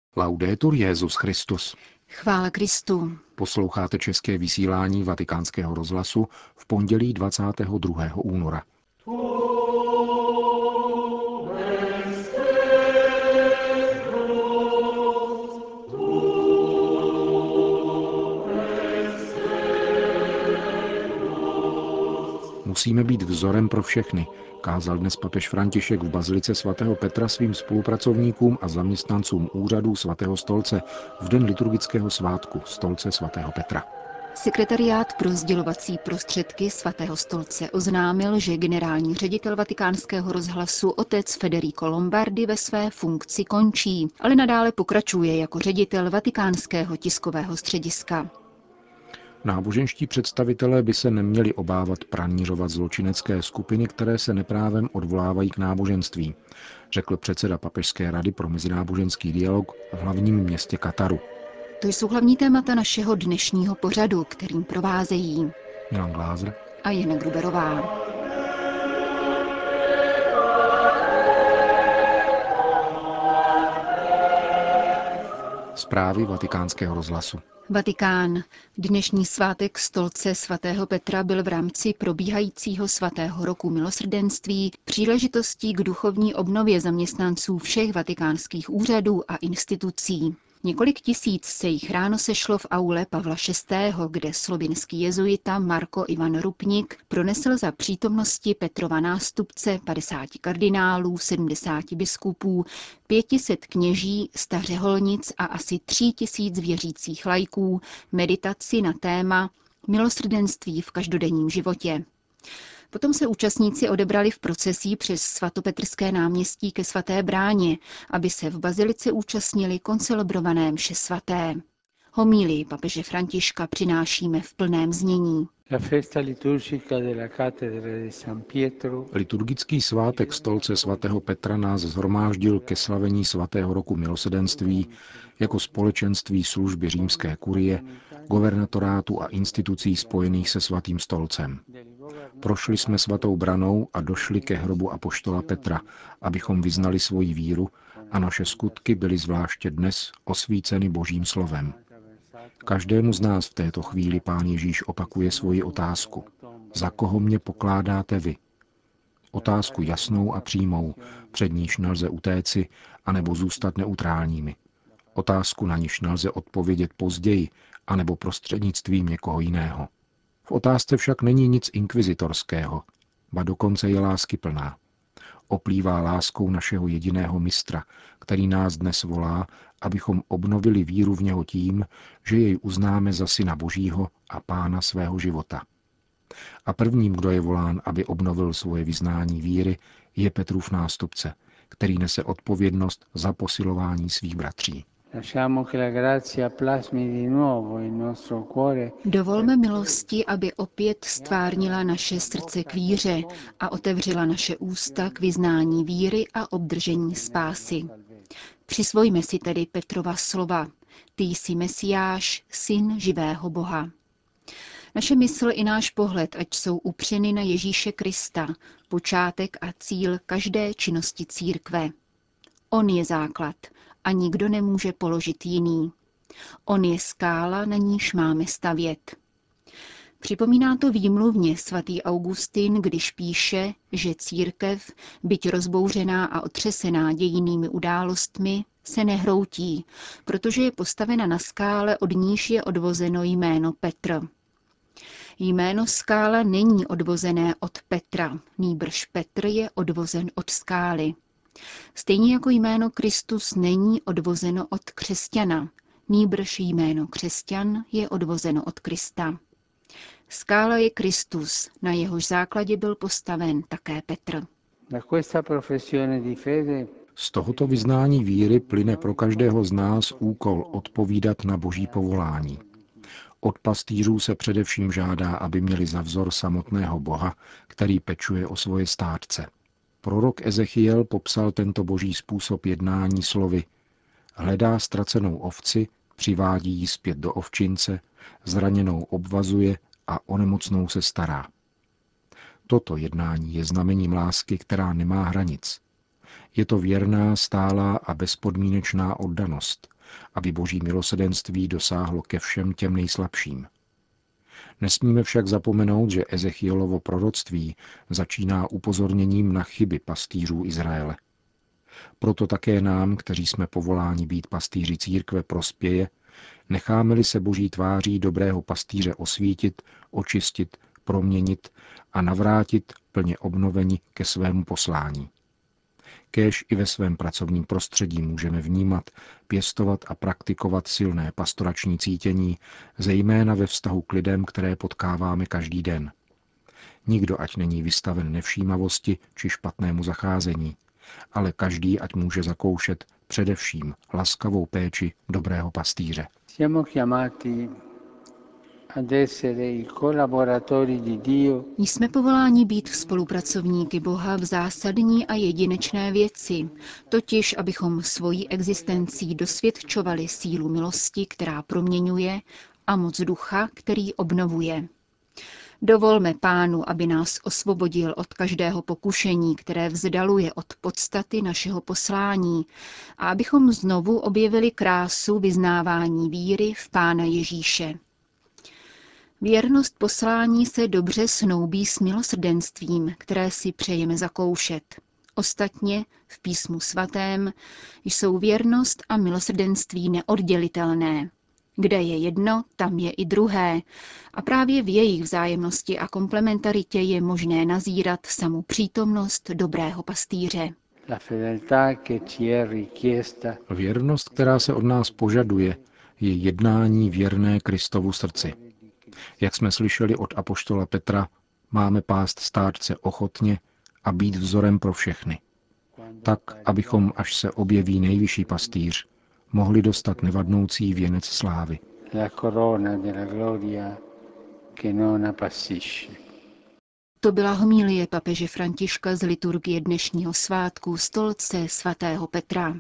Laudetur Jesus Christus. Chvála Kristu. Posloucháte české vysílání Vatikánského rozhlasu v pondělí 22. února. Musíme být vzorem pro všechny, kázal dnes papež František v bazilice svatého Petra svým spolupracovníkům a zaměstnancům úřadu svatého stolce v den liturgického svátku stolce svatého Petra. Sekretariát pro sdělovací prostředky svatého stolce oznámil, že generální ředitel Vatikánského rozhlasu otec Federico Lombardi ve své funkci končí, ale nadále pokračuje jako ředitel Vatikánského tiskového střediska. Náboženští představitelé by se neměli obávat pranířovat zločinecké skupiny, které se neprávem odvolávají k náboženství, řekl předseda Papežské rady pro mezináboženský dialog v hlavním městě Kataru. To jsou hlavní témata našeho dnešního pořadu, kterým provázejí Milan Glázer a Jana Gruberová. Zprávy Vatikánského rozhlasu. Vatikán. Dnešní svátek stolce svatého Petra byl v rámci probíhajícího svatého roku milosrdenství příležitostí k duchovní obnově zaměstnanců všech vatikánských úřadů a institucí. Několik tisíc se jich ráno sešlo v aule Pavla VI., kde slovinský jezuita Marko Ivan Rupnik pronesl za přítomnosti Petrova nástupce 50 kardinálů, 70 biskupů, 500 kněží, stařeholnic a asi 3000 věřících laiků meditaci na téma milosrdenství v každodenním životě. Potom se účastníci odebrali v procesí přes svatopetrské náměstí ke svaté bráně, aby se v bazilice účastnili koncelebrované mše svaté. Homílii papeže Františka přinášíme v plném znění. Liturgický svátek stolce svatého Petra nás shromáždil ke slavení svatého roku milosrdenství jako společenství služby římské kurie, guvernatorátu a institucí spojených se svatým stolcem. Prošli jsme svatou branou a došli ke hrobu apoštola Petra, abychom vyznali svoji víru a naše skutky byly zvláště dnes osvíceny Božím slovem. Každému z nás v této chvíli Pán Ježíš opakuje svoji otázku. Za koho mě pokládáte vy? Otázku jasnou a přímou, před níž nelze utéci, anebo zůstat neutrálními. Otázku, na níž nelze odpovědět později, anebo prostřednictvím někoho jiného. V otázce však není nic inkvizitorského, ba dokonce je láskyplná. Oplývá láskou našeho jediného mistra, který nás dnes volá, abychom obnovili víru v něho tím, že jej uznáme za syna Božího a pána svého života. A prvním, kdo je volán, aby obnovil svoje vyznání víry, je Petrův nástupce, který nese odpovědnost za posilování svých bratří. Dovolme milosti, aby opět stvárnila naše srdce k víře a otevřela naše ústa k vyznání víry a obdržení spásy. Přisvojme si tedy Petrova slova. Ty jsi Mesiáš, syn živého Boha. Naše mysl i náš pohled, ať jsou upřeny na Ježíše Krista, počátek a cíl každé činnosti církve. On je základ a nikdo nemůže položit jiný. On je skála, na níž máme stavět. Připomíná to výmluvně svatý Augustin, když píše, že církev, byť rozbouřená a otřesená dějinnými událostmi, se nehroutí, protože je postavena na skále, od níž je odvozeno jméno Petr. Jméno skála není odvozené od Petra, nýbrž Petr je odvozen od skály. Stejně jako jméno Kristus není odvozeno od křesťana, nýbrž jméno křesťan je odvozeno od Krista. Skála je Kristus, na jehož základě byl postaven také Petr. Z tohoto vyznání víry plyne pro každého z nás úkol odpovídat na Boží povolání. Od pastýřů se především žádá, aby měli za vzor samotného Boha, který pečuje o svoje stádce. Prorok Ezechiel popsal tento boží způsob jednání slovy: hledá ztracenou ovci, přivádí ji zpět do ovčince, zraněnou obvazuje a o nemocnou se stará. Toto jednání je znamením lásky, která nemá hranic. Je to věrná, stálá a bezpodmínečná oddanost, aby boží milosedenství dosáhlo ke všem těm nejslabším. Nesmíme však zapomenout, že Ezechielovo proroctví začíná upozorněním na chyby pastýřů Izraele. Proto také nám, kteří jsme povoláni být pastýři církve, prospěje, necháme-li se boží tváří dobrého pastýře osvítit, očistit, proměnit a navrátit plně obnoveni ke svému poslání. Kéž i ve svém pracovním prostředí můžeme vnímat, pěstovat a praktikovat silné pastorační cítění, zejména ve vztahu k lidem, které potkáváme každý den. Nikdo ať není vystaven nevšímavosti či špatnému zacházení, ale každý ať může zakoušet především laskavou péči dobrého pastýře. Jsme povoláni být spolupracovníky Boha v zásadní a jedinečné věci, totiž abychom svojí existencí dosvědčovali sílu milosti, která proměňuje, a moc ducha, který obnovuje. Dovolme Pánu, aby nás osvobodil od každého pokušení, které vzdaluje od podstaty našeho poslání, a abychom znovu objevili krásu vyznávání víry v Pána Ježíše. Věrnost poslání se dobře snoubí s milosrdenstvím, které si přejeme zakoušet. Ostatně v Písmu svatém jsou věrnost a milosrdenství neoddělitelné. Kde je jedno, tam je i druhé. A právě v jejich vzájemnosti a komplementaritě je možné nazírat samu přítomnost dobrého pastýře. Věrnost, která se od nás požaduje, je jednání věrné Kristovu srdci. Jak jsme slyšeli od apoštola Petra, máme pást stádce ochotně a být vzorem pro všechny. Tak, abychom, až se objeví nejvyšší pastýř, mohli dostat nevadnoucí věnec slávy. To byla homilie papeže Františka z liturgie dnešního svátku stolce svatého Petra.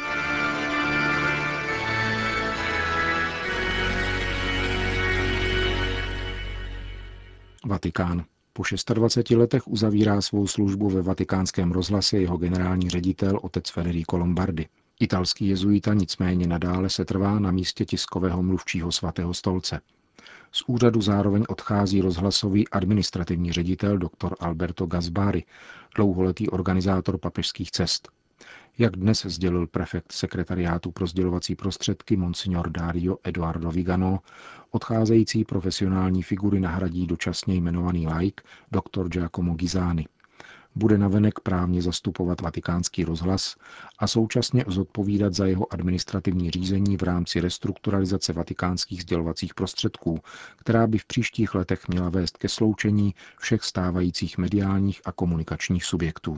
Vatikán. Po 26 letech uzavírá svou službu ve Vatikánském rozhlase jeho generální ředitel otec Federico Lombardi. Italský jezuita nicméně nadále setrvá na místě tiskového mluvčího svatého stolce. Z úřadu zároveň odchází rozhlasový administrativní ředitel dr. Alberto Gasbari, dlouholetý organizátor papežských cest. Jak dnes sdělil prefekt sekretariátu pro sdělovací prostředky Monsignor Dario Eduardo Vigano, odcházející profesionální figury nahradí dočasně jmenovaný laik dr. Giacomo Ghisani. Bude navenek právně zastupovat Vatikánský rozhlas a současně zodpovídat za jeho administrativní řízení v rámci restrukturalizace vatikánských sdělovacích prostředků, která by v příštích letech měla vést ke sloučení všech stávajících mediálních a komunikačních subjektů.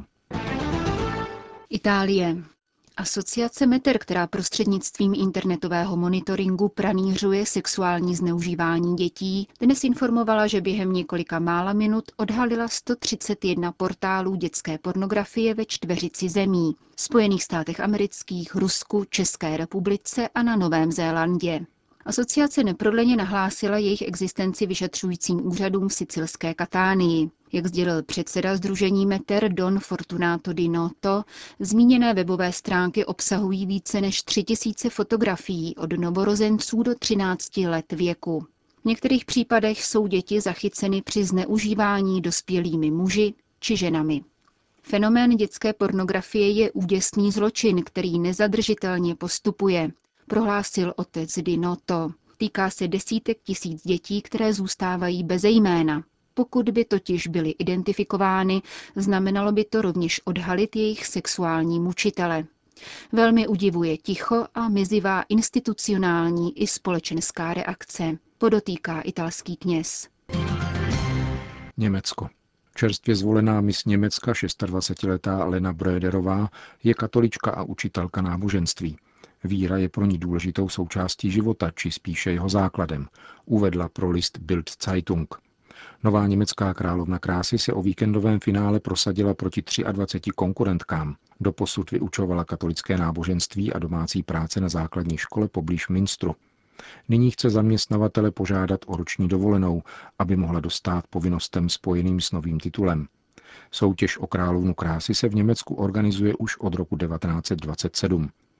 Itálie. Asociace Meter, která prostřednictvím internetového monitoringu pranýřuje sexuální zneužívání dětí, dnes informovala, že během několika mála minut odhalila 131 portálů dětské pornografie ve 4 zemí: Spojených státech amerických, Rusku, České republice a na Novém Zélandě. Asociace neprodleně nahlásila jejich existenci vyšetřujícím úřadům v sicilské Katánii. Jak sdělil předseda sdružení Meter Don Fortunato Di Noto, zmíněné webové stránky obsahují více než 3000 fotografií od novorozenců do 13 let věku. V některých případech jsou děti zachyceny při zneužívání dospělými muži či ženami. Fenomén dětské pornografie je úděsný zločin, který nezadržitelně postupuje, prohlásil otec Di Noto. Týká se desítek tisíc dětí, které zůstávají beze jména. Pokud by totiž byly identifikovány, znamenalo by to rovněž odhalit jejich sexuální mučitele. Velmi udivuje ticho a mizivá institucionální i společenská reakce, podotýká italský kněz. Německo. Čerstvě zvolená mis Německa 26letá Lena Bröderová je katolička a učitelka náboženství. Víra je pro ní důležitou součástí života, či spíše jeho základem, uvedla pro list Bild Zeitung. Nová německá královna krásy se o víkendovém finále prosadila proti 23 konkurentkám. Doposud vyučovala katolické náboženství a domácí práce na základní škole poblíž Münstru. Nyní chce zaměstnavatele požádat o roční dovolenou, aby mohla dostát povinnostem spojeným s novým titulem. Soutěž o královnu krásy se v Německu organizuje už od roku 1927.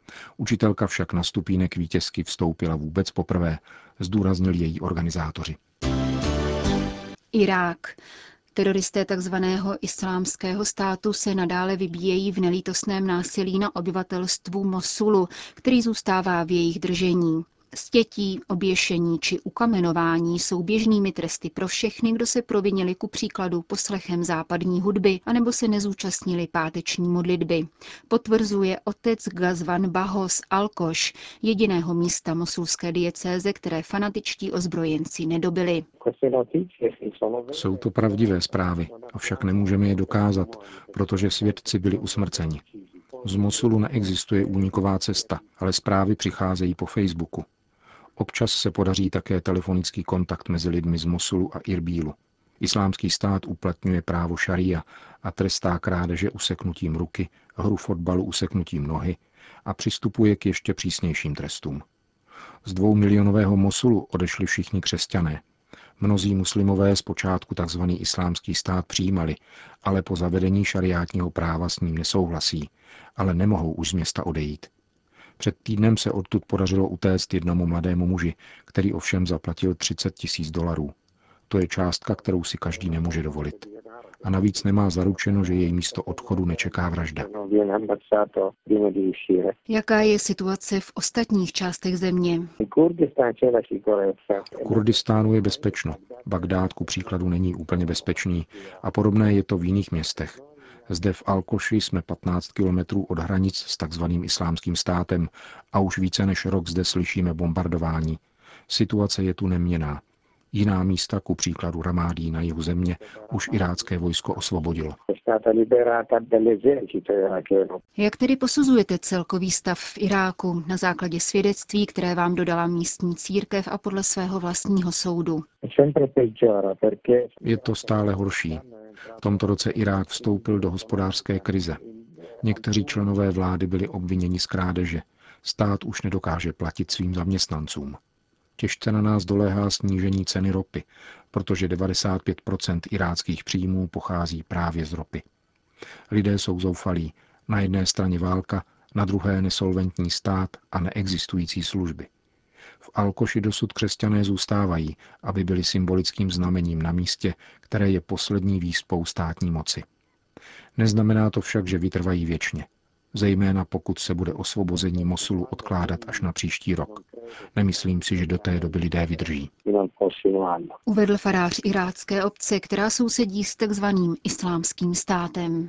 Učitelka však na stupínek vítězky vstoupila vůbec poprvé, zdůraznili její organizátoři. Irák. Teroristé tzv. Islámského státu se nadále vybíjejí v nelítostném násilí na obyvatelstvu Mosulu, který zůstává v jejich držení. Stětí, oběšení či ukamenování jsou běžnými tresty pro všechny, kdo se provinili ku příkladu poslechem západní hudby anebo se nezúčastnili páteční modlitby, potvrzuje otec Gazvan Bahos Alkoš, jediného místa mosulské diecéze, které fanatičtí ozbrojenci nedobili. Jsou to pravdivé zprávy, avšak nemůžeme je dokázat, protože svědci byli usmrceni. Z Mosulu neexistuje úniková cesta, ale zprávy přicházejí po Facebooku. Občas se podaří také telefonický kontakt mezi lidmi z Mosulu a Irbílu. Islámský stát uplatňuje právo šaria a trestá krádeže useknutím ruky, hru fotbalu useknutím nohy a přistupuje k ještě přísnějším trestům. Z 2milionového Mosulu odešli všichni křesťané. Mnozí muslimové zpočátku tzv. Islámský stát přijímali, ale po zavedení šariátního práva s ním nesouhlasí, ale nemohou už z města odejít. Před týdnem se odtud podařilo utéct jednomu mladému muži, který ovšem zaplatil $30,000. To je částka, kterou si každý nemůže dovolit. A navíc nemá zaručeno, že jej místo odchodu nečeká vražda. Jaká je situace v ostatních částech země? V Kurdistánu je bezpečno. Bagdád ku příkladu není úplně bezpečný a podobné je to v jiných městech. Zde v Alkoši jsme 15 kilometrů od hranic s takzvaným Islámským státem a už více než rok zde slyšíme bombardování. Situace je tu neměnná. Jiná místa, ku příkladu Ramádí na jihu země, už irácké vojsko osvobodilo. Jak tedy posuzujete celkový stav v Iráku na základě svědectví, které vám dodala místní církev a podle svého vlastního soudu? Je to stále horší. V tomto roce Irák vstoupil do hospodářské krize. Někteří členové vlády byli obviněni z krádeže. Stát už nedokáže platit svým zaměstnancům. Těžce na nás doléhá snížení ceny ropy, protože 95% iráckých příjmů pochází právě z ropy. Lidé jsou zoufalí. Na jedné straně válka, na druhé nesolventní stát a neexistující služby. V Alkoši dosud křesťané zůstávají, aby byli symbolickým znamením na místě, které je poslední výspou státní moci. Neznamená to však, že vytrvají věčně. Zejména pokud se bude osvobození Mosulu odkládat až na příští rok. Nemyslím si, že do té doby lidé vydrží. Uvedl farář irácké obce, která sousedí s takzvaným Islámským státem.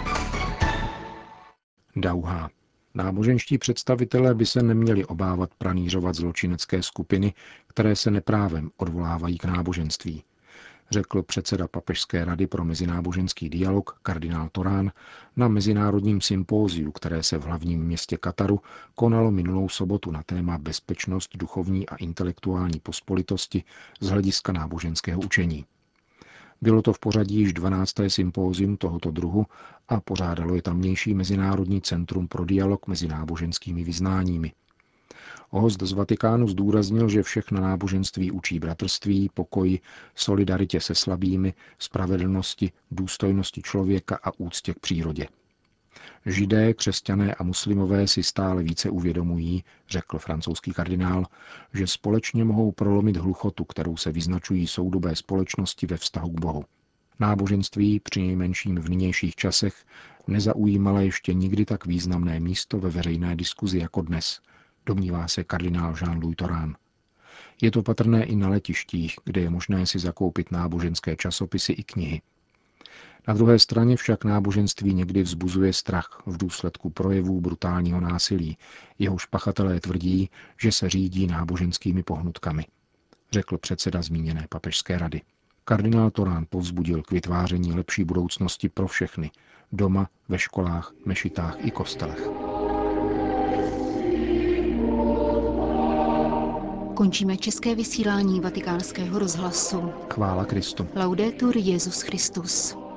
Dauhá. Náboženští představitelé by se neměli obávat pranýřovat zločinecké skupiny, které se neprávem odvolávají k náboženství, řekl předseda Papežské rady pro mezináboženský dialog kardinál Torán na mezinárodním sympóziu, které se v hlavním městě Kataru konalo minulou sobotu na téma bezpečnost duchovní a intelektuální pospolitosti z hlediska náboženského učení. Bylo to v pořadí již 12. sympózium tohoto druhu a pořádalo je tamnější Mezinárodní centrum pro dialog mezi náboženskými vyznáními. Host z Vatikánu zdůraznil, že všechna náboženství učí bratrství, pokoji, solidaritě se slabými, spravedlnosti, důstojnosti člověka a úctě k přírodě. Židé, křesťané a muslimové si stále více uvědomují, řekl francouzský kardinál, že společně mohou prolomit hluchotu, kterou se vyznačují soudobé společnosti ve vztahu k Bohu. Náboženství, přinejmenším v nynějších časech, nezaujímalo ještě nikdy tak významné místo ve veřejné diskuzi jako dnes, domnívá se kardinál Jean-Louis Torán. Je to patrné i na letištích, kde je možné si zakoupit náboženské časopisy i knihy. Na druhé straně však náboženství někdy vzbuzuje strach v důsledku projevů brutálního násilí, jehož pachatelé tvrdí, že se řídí náboženskými pohnutkami, řekl předseda zmíněné papežské rady. Kardinál Torán povzbudil k vytváření lepší budoucnosti pro všechny, doma, ve školách, mešitách i kostelech. Končíme české vysílání Vatikánského rozhlasu. Chvála Kristu. Laudetur Jesus Christus.